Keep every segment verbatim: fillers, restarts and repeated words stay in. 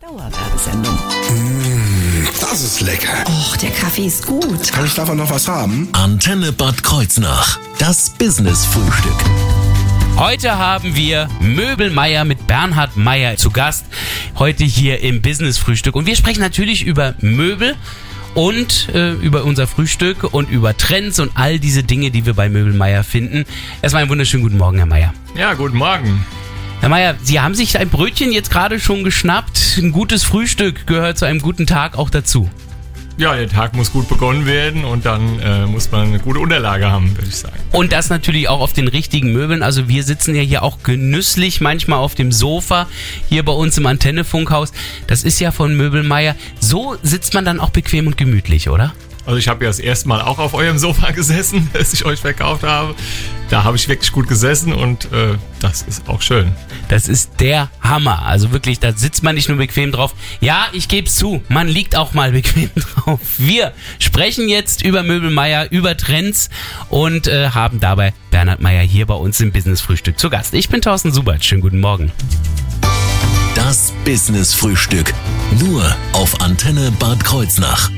Dauerwerbesendung. Mmh, das ist lecker. Och, der Kaffee ist gut. Kann ich davon noch was haben? Antenne Bad Kreuznach. Das Business-Frühstück. Heute haben wir Möbelmeier mit Bernhard Meier zu Gast. Heute hier im Business-Frühstück. Und wir sprechen natürlich über Möbel und äh, über unser Frühstück und über Trends und all diese Dinge, die wir bei Möbelmeier finden. Erstmal einen wunderschönen guten Morgen, Herr Meier. Ja, guten Morgen. Herr Meier, Sie haben sich ein Brötchen jetzt gerade schon geschnappt. Ein gutes Frühstück gehört zu einem guten Tag auch dazu. Ja, der Tag muss gut begonnen werden und dann äh, muss man eine gute Unterlage haben, würde ich sagen. Und das natürlich auch auf den richtigen Möbeln. Also wir sitzen ja hier auch genüsslich manchmal auf dem Sofa hier bei uns im Antennefunkhaus. Das ist ja von Möbelmeier. So sitzt man dann auch bequem und gemütlich, oder? Also ich habe ja das erste Mal auch auf eurem Sofa gesessen, das ich euch verkauft habe. Da habe ich wirklich gut gesessen und äh, das ist auch schön. Das ist der Hammer. Also wirklich, da sitzt man nicht nur bequem drauf. Ja, ich gebe es zu, man liegt auch mal bequem drauf. Wir sprechen jetzt über Möbelmeier, über Trends und äh, haben dabei Bernhard Meier hier bei uns im Business-Frühstück zu Gast. Ich bin Thorsten Subert. Schönen guten Morgen. Das Business-Frühstück. Nur auf Antenne Bad Kreuznach.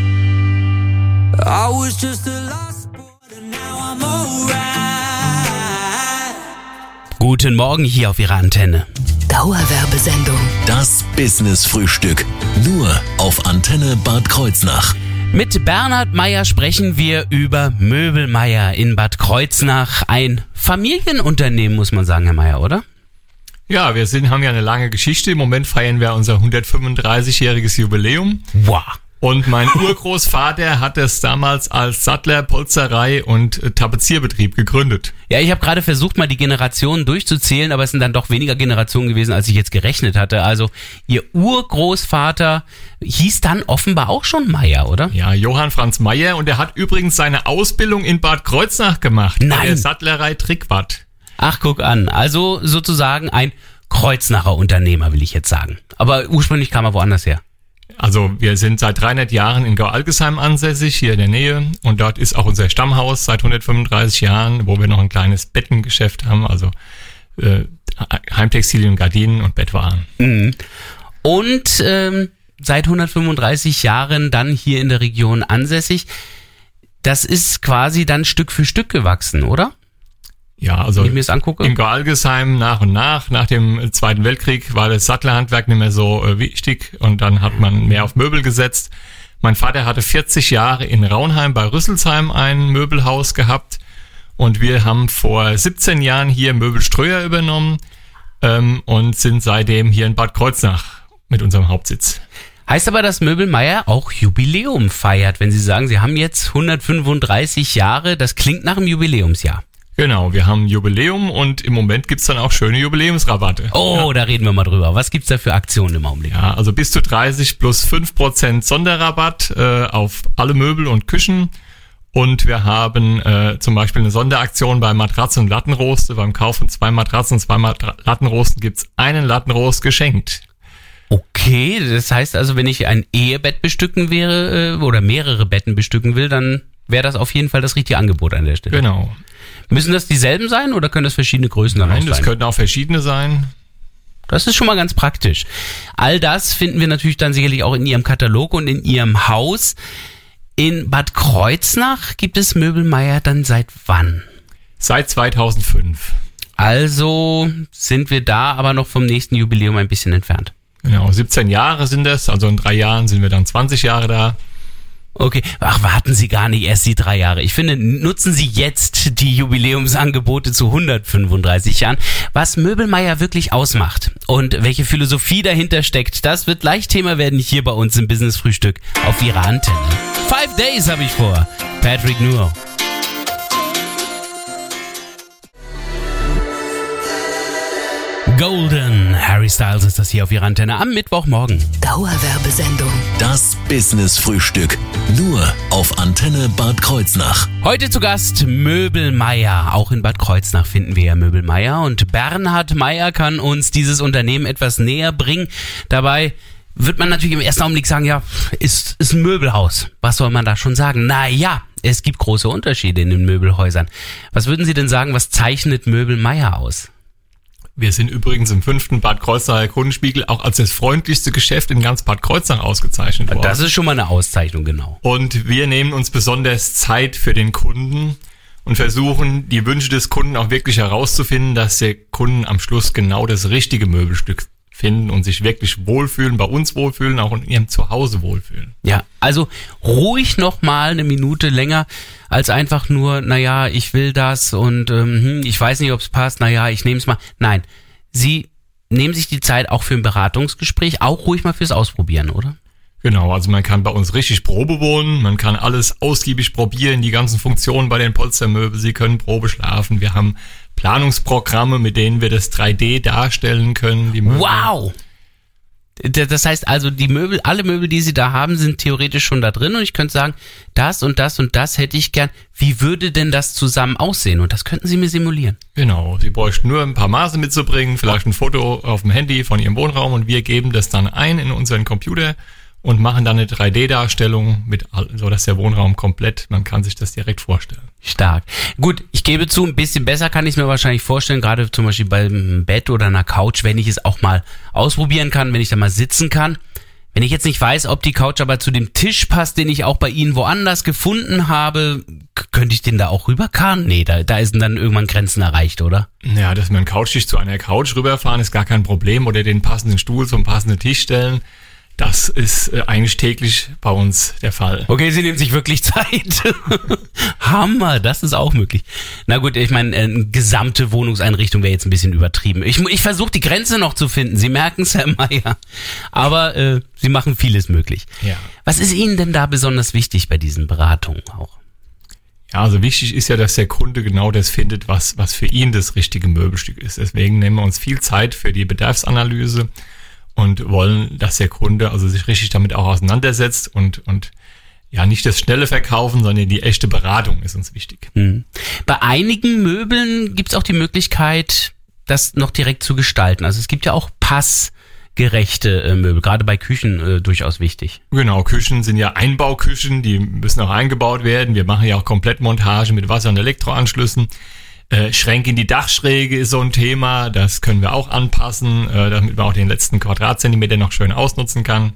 I was just a lost boy and now I'm alright. Guten Morgen hier auf Ihrer Antenne. Dauerwerbesendung. Das Business-Frühstück. Nur auf Antenne Bad Kreuznach. Mit Bernhard Meier sprechen wir über Möbelmeier in Bad Kreuznach. Ein Familienunternehmen, muss man sagen, Herr Meier, oder? Ja, wir sind, haben ja eine lange Geschichte. Im Moment feiern wir unser hundertfünfunddreißigjähriges Jubiläum. Wow. Und mein Urgroßvater hat es damals als Sattler, Polsterei und äh, Tapezierbetrieb gegründet. Ja, ich habe gerade versucht, mal die Generationen durchzuzählen, aber es sind dann doch weniger Generationen gewesen, als ich jetzt gerechnet hatte. Also Ihr Urgroßvater hieß dann offenbar auch schon Meier, oder? Ja, Johann Franz Meier, und er hat übrigens seine Ausbildung in Bad Kreuznach gemacht. Nein. Bei der Sattlerei Trickwatt. Ach, guck an. Also sozusagen ein Kreuznacher Unternehmer, will ich jetzt sagen. Aber ursprünglich kam er woanders her. Also wir sind seit dreihundert Jahren in Gau-Algesheim ansässig, hier in der Nähe. Und dort ist auch unser Stammhaus seit hundertfünfunddreißig Jahren, wo wir noch ein kleines Bettengeschäft haben, also äh, Heimtextilien, Gardinen und Bettwaren. Mhm. Und ähm, seit hundertfünfunddreißig Jahren dann hier in der Region ansässig. Das ist quasi dann Stück für Stück gewachsen, oder? Ja, also wenn ich mir das angucke. In Gau-Algesheim nach und nach, nach dem Zweiten Weltkrieg war das Sattlerhandwerk nicht mehr so äh, wichtig und dann hat man mehr auf Möbel gesetzt. Mein Vater hatte vierzig Jahre in Raunheim bei Rüsselsheim ein Möbelhaus gehabt und wir haben vor siebzehn Jahren hier Möbelströer übernommen ähm, und sind seitdem hier in Bad Kreuznach mit unserem Hauptsitz. Heißt aber, dass Möbelmeier auch Jubiläum feiert, wenn Sie sagen, Sie haben jetzt hundertfünfunddreißig Jahre, das klingt nach einem Jubiläumsjahr. Genau, wir haben ein Jubiläum und im Moment gibt's dann auch schöne Jubiläumsrabatte. Oh, ja. Da reden wir mal drüber. Was gibt's da für Aktionen im Augenblick? Ja, also bis zu dreißig plus fünf Prozent Sonderrabatt äh, auf alle Möbel und Küchen. Und wir haben äh, zum Beispiel eine Sonderaktion bei Matratzen und Lattenroste. Beim Kauf von zwei Matratzen und zwei Mat- Lattenrosten gibt's einen Lattenrost geschenkt. Okay, das heißt also, wenn ich ein Ehebett bestücken wäre äh, oder mehrere Betten bestücken will, dann wäre das auf jeden Fall das richtige Angebot an der Stelle. Genau. Müssen das dieselben sein oder können das verschiedene Größen dann Nein, sein? das könnten auch verschiedene sein. Das ist schon mal ganz praktisch. All das finden wir natürlich dann sicherlich auch in Ihrem Katalog und in Ihrem Haus. In Bad Kreuznach gibt es Möbelmeier dann seit wann? Seit zweitausendfünf. Also sind wir da aber noch vom nächsten Jubiläum ein bisschen entfernt. Genau, siebzehn Jahre sind das, also in drei Jahren sind wir dann zwanzig Jahre da. Okay, ach, warten Sie gar nicht erst die drei Jahre. Ich finde, nutzen Sie jetzt die Jubiläumsangebote zu hundertfünfunddreißig Jahren. Was Möbelmeier wirklich ausmacht und welche Philosophie dahinter steckt, das wird gleich Thema werden hier bei uns im Business-Frühstück auf Ihrer Antenne. Five Days habe ich vor. Patrick Newell. Golden. Harry Styles ist das hier auf Ihrer Antenne am Mittwochmorgen. Dauerwerbesendung. Das Business-Frühstück. Nur auf Antenne Bad Kreuznach. Heute zu Gast Möbelmeier. Auch in Bad Kreuznach finden wir ja Möbelmeier. Und Bernhard Meier kann uns dieses Unternehmen etwas näher bringen. Dabei wird man natürlich im ersten Augenblick sagen, ja, ist, ist ein Möbelhaus. Was soll man da schon sagen? Naja, es gibt große Unterschiede in den Möbelhäusern. Was würden Sie denn sagen, was zeichnet Möbelmeier aus? Wir sind übrigens im fünften Bad Kreuznacher Kundenspiegel auch als das freundlichste Geschäft in ganz Bad Kreuznach ausgezeichnet worden. Das ist schon mal eine Auszeichnung, genau. Und wir nehmen uns besonders Zeit für den Kunden und versuchen, die Wünsche des Kunden auch wirklich herauszufinden, dass der Kunden am Schluss genau das richtige Möbelstück finden und sich wirklich wohlfühlen, bei uns wohlfühlen, auch in ihrem Zuhause wohlfühlen. Ja, also ruhig noch mal eine Minute länger als einfach nur, naja, ich will das und ähm, ich weiß nicht, ob es passt, naja, ich nehme es mal. Nein, Sie nehmen sich die Zeit auch für ein Beratungsgespräch, auch ruhig mal fürs Ausprobieren, oder? Genau, also man kann bei uns richtig Probe wohnen, man kann alles ausgiebig probieren, die ganzen Funktionen bei den Polstermöbeln, Sie können Probe schlafen, wir haben Planungsprogramme, mit denen wir das drei D darstellen können. Die Möbel. Wow! Das heißt also, die Möbel, alle Möbel, die Sie da haben, sind theoretisch schon da drin und ich könnte sagen, das und das und das hätte ich gern. Wie würde denn das zusammen aussehen? Und das könnten Sie mir simulieren. Genau, Sie bräuchten nur ein paar Maße mitzubringen, vielleicht ein Foto auf dem Handy von Ihrem Wohnraum und wir geben das dann ein in unseren Computer und machen dann eine drei D Darstellung mit, so dass der Wohnraum komplett, man kann sich das direkt vorstellen. Stark. Gut, ich gebe zu, ein bisschen besser kann ich es mir wahrscheinlich vorstellen, gerade zum Beispiel beim Bett oder einer Couch, wenn ich es auch mal ausprobieren kann, wenn ich da mal sitzen kann. Wenn ich jetzt nicht weiß, ob die Couch aber zu dem Tisch passt, den ich auch bei Ihnen woanders gefunden habe, k- könnte ich den da auch rüberkarren? Nee, da, da ist dann irgendwann Grenzen erreicht, oder? Ja, dass wir einen Couchtisch zu einer Couch rüberfahren, ist gar kein Problem oder den passenden Stuhl zum passenden Tisch stellen. Das ist äh, eigentlich täglich bei uns der Fall. Okay, Sie nehmen sich wirklich Zeit. Hammer, das ist auch möglich. Na gut, ich meine, eine gesamte Wohnungseinrichtung wäre jetzt ein bisschen übertrieben. Ich, ich versuche die Grenze noch zu finden. Sie merken es, Herr Meier. Aber äh, Sie machen vieles möglich. Ja. Was ist Ihnen denn da besonders wichtig bei diesen Beratungen auch? Ja, also wichtig ist ja, dass der Kunde genau das findet, was, was für ihn das richtige Möbelstück ist. Deswegen nehmen wir uns viel Zeit für die Bedarfsanalyse und wollen, dass der Kunde also sich richtig damit auch auseinandersetzt und und ja nicht das schnelle Verkaufen, sondern die echte Beratung ist uns wichtig. Hm. Bei einigen Möbeln gibt es auch die Möglichkeit, das noch direkt zu gestalten. Also es gibt ja auch passgerechte äh, Möbel, gerade bei Küchen äh, durchaus wichtig. Genau, Küchen sind ja Einbauküchen, die müssen auch eingebaut werden. Wir machen ja auch Komplettmontage mit Wasser- und Elektroanschlüssen. Äh, Schränke in die Dachschräge ist so ein Thema, das können wir auch anpassen, äh, damit man auch den letzten Quadratzentimeter noch schön ausnutzen kann.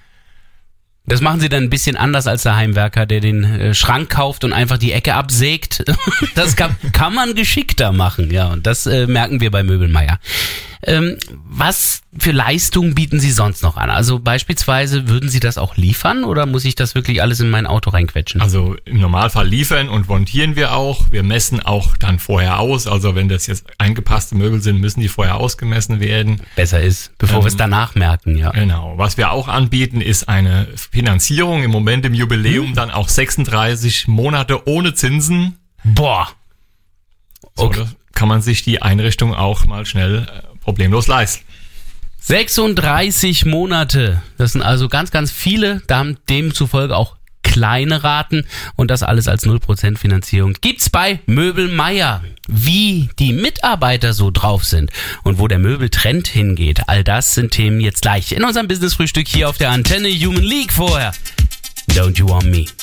Das machen Sie dann ein bisschen anders als der Heimwerker, der den äh, Schrank kauft und einfach die Ecke absägt. Das kann, kann man geschickter machen, ja, und das äh, merken wir bei Möbelmeier. Ähm, was für Leistungen bieten Sie sonst noch an? Also beispielsweise, würden Sie das auch liefern oder muss ich das wirklich alles in mein Auto reinquetschen? Also im Normalfall liefern und montieren wir auch. Wir messen auch dann vorher aus. Also wenn das jetzt eingepasste Möbel sind, müssen die vorher ausgemessen werden. Besser ist, bevor Ähm, wir es danach merken, ja. Genau. Was wir auch anbieten, ist eine Finanzierung. Im Moment im Jubiläum Hm. dann auch sechsunddreißig Monate ohne Zinsen. Boah. So, Okay. da kann man sich die Einrichtung auch mal schnell äh, problemlos leisten. sechsunddreißig Monate. Das sind also ganz, ganz viele, demzufolge auch kleine Raten und das alles als null Prozent Finanzierung. Gibt's bei Möbelmeier. Wie die Mitarbeiter so drauf sind und wo der Möbeltrend hingeht, all das sind Themen jetzt gleich in unserem Business-Frühstück hier auf der Antenne Human League. Vorher Don't You Want Me. I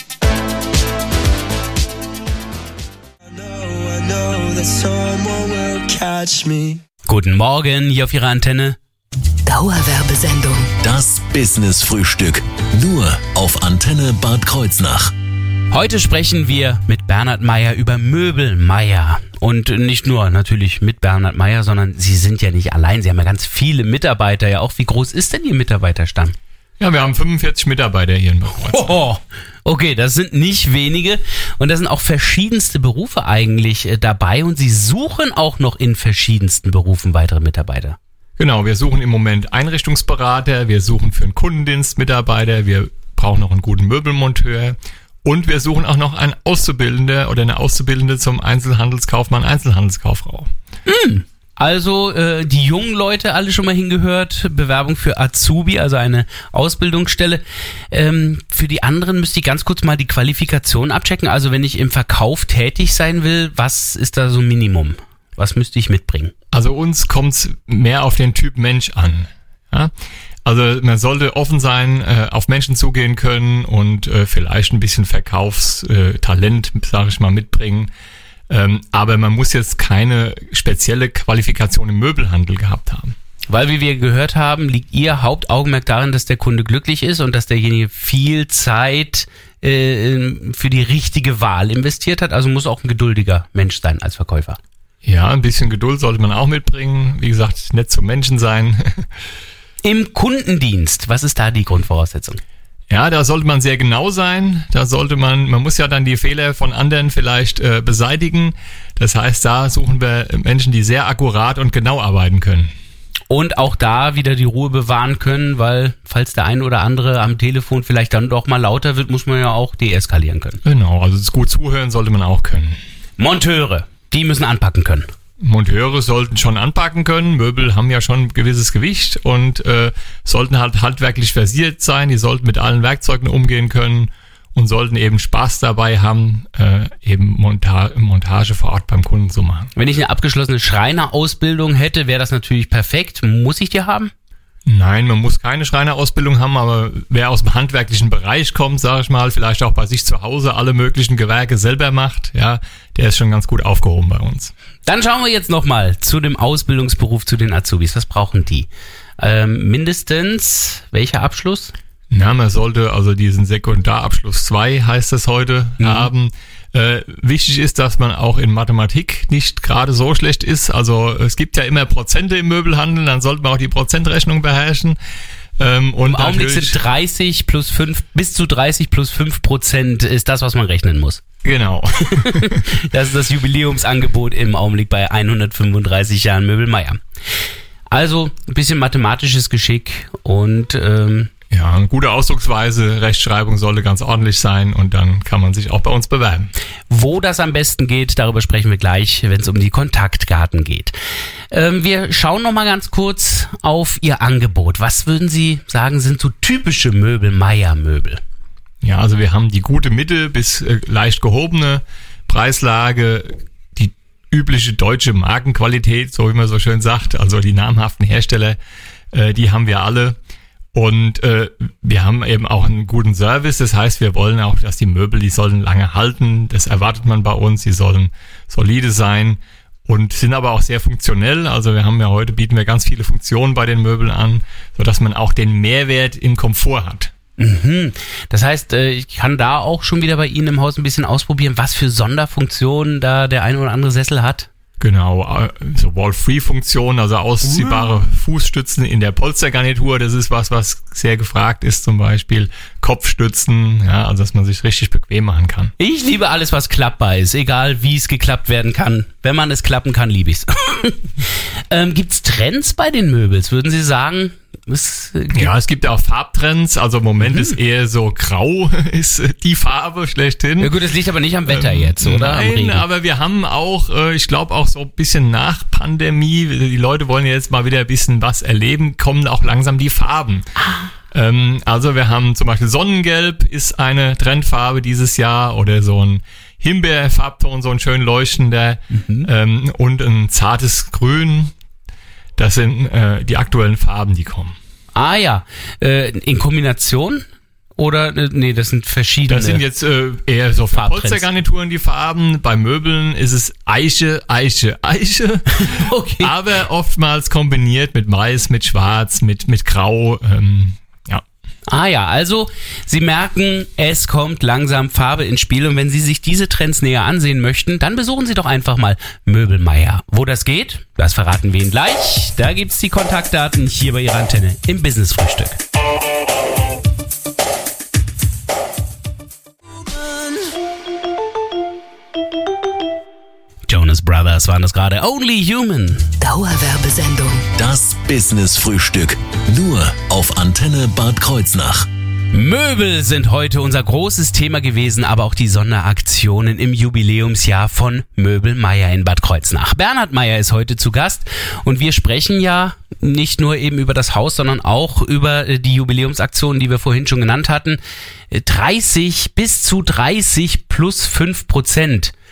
know, I know that someone will catch me. Guten Morgen hier auf Ihrer Antenne. Dauerwerbesendung. Das Business-Frühstück. Nur auf Antenne Bad Kreuznach. Heute sprechen wir mit Bernhard Meier über Möbelmeier. Und nicht nur natürlich mit Bernhard Meier, sondern Sie sind ja nicht allein. Sie haben ja ganz viele Mitarbeiter ja auch. Wie groß ist denn Ihr Mitarbeiterstamm? Ja, wir haben fünfundvierzig Mitarbeiter hier in Bad Kreuznach. Oh, okay, das sind nicht wenige. Und da sind auch verschiedenste Berufe eigentlich äh, dabei. Und Sie suchen auch noch in verschiedensten Berufen weitere Mitarbeiter. Genau, wir suchen im Moment Einrichtungsberater, wir suchen für einen Kundendienst Mitarbeiter, wir brauchen noch einen guten Möbelmonteur und wir suchen auch noch einen Auszubildender oder eine Auszubildende zum Einzelhandelskaufmann, Einzelhandelskauffrau. Also äh, die jungen Leute alle schon mal hingehört, Bewerbung für Azubi, also eine Ausbildungsstelle. Ähm, für die anderen müsste ich ganz kurz mal die Qualifikation abchecken. Also wenn ich im Verkauf tätig sein will, was ist da so ein Minimum? Was müsste ich mitbringen? Also uns kommt's mehr auf den Typ Mensch an. Ja? Also man sollte offen sein, äh, auf Menschen zugehen können und äh, vielleicht ein bisschen Verkaufstalent, sage ich mal, mitbringen. Ähm, aber man muss jetzt keine spezielle Qualifikation im Möbelhandel gehabt haben. Weil, wie wir gehört haben, liegt Ihr Hauptaugenmerk darin, dass der Kunde glücklich ist und dass derjenige viel Zeit äh, für die richtige Wahl investiert hat. Also muss auch ein geduldiger Mensch sein als Verkäufer. Ja, ein bisschen Geduld sollte man auch mitbringen. Wie gesagt, nett zum Menschen sein. Im Kundendienst, was ist da die Grundvoraussetzung? Ja, da sollte man sehr genau sein. Da sollte man, man muss ja dann die Fehler von anderen vielleicht äh, beseitigen. Das heißt, da suchen wir Menschen, die sehr akkurat und genau arbeiten können. Und auch da wieder die Ruhe bewahren können, weil falls der ein oder andere am Telefon vielleicht dann doch mal lauter wird, muss man ja auch deeskalieren können. Genau, also das gut zuhören sollte man auch können. Monteure, die müssen anpacken können. Monteure sollten schon anpacken können. Möbel haben ja schon ein gewisses Gewicht und äh, sollten halt handwerklich versiert sein. Die sollten mit allen Werkzeugen umgehen können und sollten eben Spaß dabei haben, äh, eben Monta- Montage vor Ort beim Kunden zu machen. Wenn ich eine abgeschlossene Schreinerausbildung hätte, wäre das natürlich perfekt. Muss ich die haben? Nein, man muss keine Schreinerausbildung haben, aber wer aus dem handwerklichen Bereich kommt, sage ich mal, vielleicht auch bei sich zu Hause alle möglichen Gewerke selber macht, ja, der ist schon ganz gut aufgehoben bei uns. Dann schauen wir jetzt nochmal zu dem Ausbildungsberuf, zu den Azubis. Was brauchen die? Ähm, mindestens welcher Abschluss? Na, man sollte also diesen Sekundarabschluss zwei, heißt es heute, mhm. haben. Äh, wichtig ist, dass man auch in Mathematik nicht gerade so schlecht ist. Also es gibt ja immer Prozente im Möbelhandel, dann sollte man auch die Prozentrechnung beherrschen. Ähm, und Im Augenblick sind dreißig plus fünf, bis zu dreißig plus fünf Prozent ist das, was man rechnen muss. Genau. Das ist das Jubiläumsangebot im Augenblick bei hundertfünfunddreißig Jahren Möbel Meier. Also ein bisschen mathematisches Geschick und ähm, ja, eine gute Ausdrucksweise, Rechtschreibung sollte ganz ordentlich sein und dann kann man sich auch bei uns bewerben. Wo das am besten geht, darüber sprechen wir gleich, wenn es um die Kontaktdaten geht. Ähm, wir schauen noch mal ganz kurz auf Ihr Angebot. Was würden Sie sagen, sind so typische Möbel, Meier-Möbel? Ja, also wir haben die gute Mitte bis äh, leicht gehobene Preislage, die übliche deutsche Markenqualität, so wie man so schön sagt, also die namhaften Hersteller, äh, die haben wir alle. Und äh, wir haben eben auch einen guten Service, das heißt, wir wollen auch, dass die Möbel, die sollen lange halten, das erwartet man bei uns, die sollen solide sein und sind aber auch sehr funktionell, also wir haben ja heute, bieten wir ganz viele Funktionen bei den Möbeln an, sodass man auch den Mehrwert im Komfort hat. Mhm. Das heißt, ich kann da auch schon wieder bei Ihnen im Haus ein bisschen ausprobieren, was für Sonderfunktionen da der eine oder andere Sessel hat. Genau, so Wall-Free-Funktion, also ausziehbare uh. Fußstützen in der Polstergarnitur, das ist was, was sehr gefragt ist, zum Beispiel Kopfstützen, ja, also dass man sich richtig bequem machen kann. Ich liebe alles, was klappbar ist, egal wie es geklappt werden kann. Wenn man es klappen kann, liebe ich's. ähm, gibt's Trends bei den Möbels, würden Sie sagen? Es ja, es gibt ja auch Farbtrends, also im Moment mhm. ist eher so grau, ist die Farbe schlechthin. Ja gut, das liegt aber nicht am Wetter ähm, jetzt, oder? Nein, aber wir haben auch, äh, ich glaube auch so ein bisschen nach Pandemie, die Leute wollen jetzt mal wieder ein bisschen was erleben, kommen auch langsam die Farben. Ah. Ähm, also wir haben zum Beispiel Sonnengelb ist eine Trendfarbe dieses Jahr oder so ein Himbeerfarbton, so ein schön leuchtender mhm. ähm, und ein zartes Grün. Das sind äh, die aktuellen Farben, die kommen. Ah ja, äh, in Kombination? Oder, äh, nee, das sind verschiedene. Das sind jetzt äh, eher so für Polstergarnituren die Farben. Bei Möbeln ist es Eiche, Eiche, Eiche. Okay. Aber oftmals kombiniert mit Weiß, mit Schwarz, mit, mit Grau, ähm, ja. Ah ja, also Sie merken, es kommt langsam Farbe ins Spiel und wenn Sie sich diese Trends näher ansehen möchten, dann besuchen Sie doch einfach mal Möbel Meier. Wo das geht, das verraten wir Ihnen gleich. Da gibt's die Kontaktdaten hier bei Ihrer Antenne im Business-Frühstück. Jonas Brothers waren das gerade. Only Human. Dauerwerbesendung. Das Business-Frühstück. Nur auf Antenne Bad Kreuznach. Möbel sind heute unser großes Thema gewesen, aber auch die Sonderaktionen im Jubiläumsjahr von Möbel Meier in Bad Kreuznach. Bernhard Meier ist heute zu Gast und wir sprechen ja nicht nur eben über das Haus, sondern auch über die Jubiläumsaktionen, die wir vorhin schon genannt hatten. dreißig bis zu dreißig plus fünf Prozent.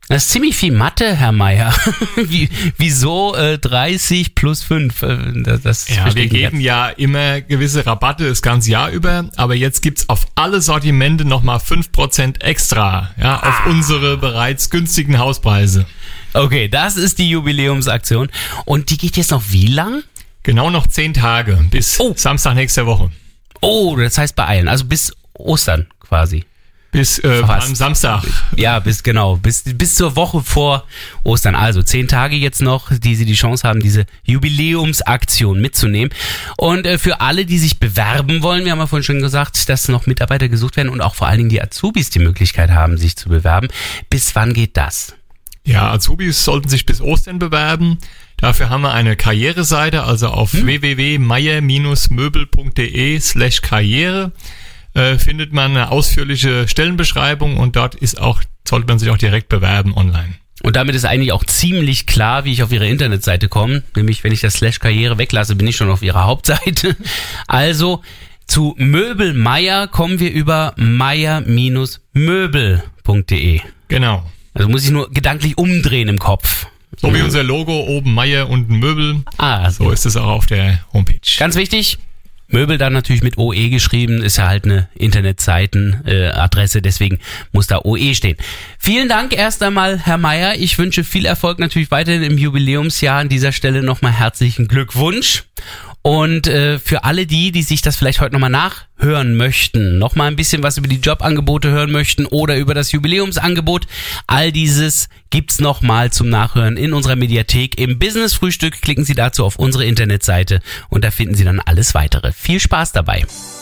Das ist ziemlich viel Mathe, Herr Meier. Wie, wieso äh, dreißig plus fünf? Äh, das, das Ja, wir geben ja immer gewisse Rabatte das ganze Jahr über, aber jetzt gibt's auf alle Sortimente nochmal fünf Prozent extra, ja, auf Ah. unsere bereits günstigen Hauspreise. Okay, das ist die Jubiläumsaktion. Und die geht jetzt noch wie lang? Genau noch zehn Tage bis Oh. Samstag nächste Woche. Oh, das heißt beeilen. Also bis Ostern quasi. Bis äh, Fast. am Samstag. Ja, bis genau, bis bis zur Woche vor Ostern. Also zehn Tage jetzt noch, die Sie die Chance haben, diese Jubiläumsaktion mitzunehmen. Und äh, für alle, die sich bewerben wollen, wir haben ja vorhin schon gesagt, dass noch Mitarbeiter gesucht werden und auch vor allen Dingen die Azubis die Möglichkeit haben, sich zu bewerben. Bis wann geht das? Ja, Azubis sollten sich bis Ostern bewerben. Dafür haben wir eine Karriereseite, also auf Hm. w w w punkt meier möbel punkt d e slash karriere äh, findet man eine ausführliche Stellenbeschreibung und dort ist auch, sollte man sich auch direkt bewerben online. Und damit ist eigentlich auch ziemlich klar, wie ich auf Ihre Internetseite komme. Nämlich, wenn ich das Slash Karriere weglasse, bin ich schon auf Ihrer Hauptseite. Also, zu Möbel Meier kommen wir über meier Möbel punkt d e. Genau. Also muss ich nur gedanklich umdrehen im Kopf. So wie unser Logo, oben Meier, unten Möbel. Ah, So ist es auch auf der Homepage. Ganz wichtig, Möbel dann natürlich mit O E geschrieben, ist ja halt eine Internetseitenadresse, deswegen muss da O E stehen. Vielen Dank erst einmal, Herr Meier. Ich wünsche viel Erfolg natürlich weiterhin im Jubiläumsjahr. An dieser Stelle nochmal herzlichen Glückwunsch. Und äh, für alle die, die sich das vielleicht heute nochmal nachhören möchten, nochmal ein bisschen was über die Jobangebote hören möchten oder über das Jubiläumsangebot, all dieses gibt's nochmal zum Nachhören in unserer Mediathek im Business-Frühstück. Klicken Sie dazu auf unsere Internetseite und da finden Sie dann alles weitere. Viel Spaß dabei.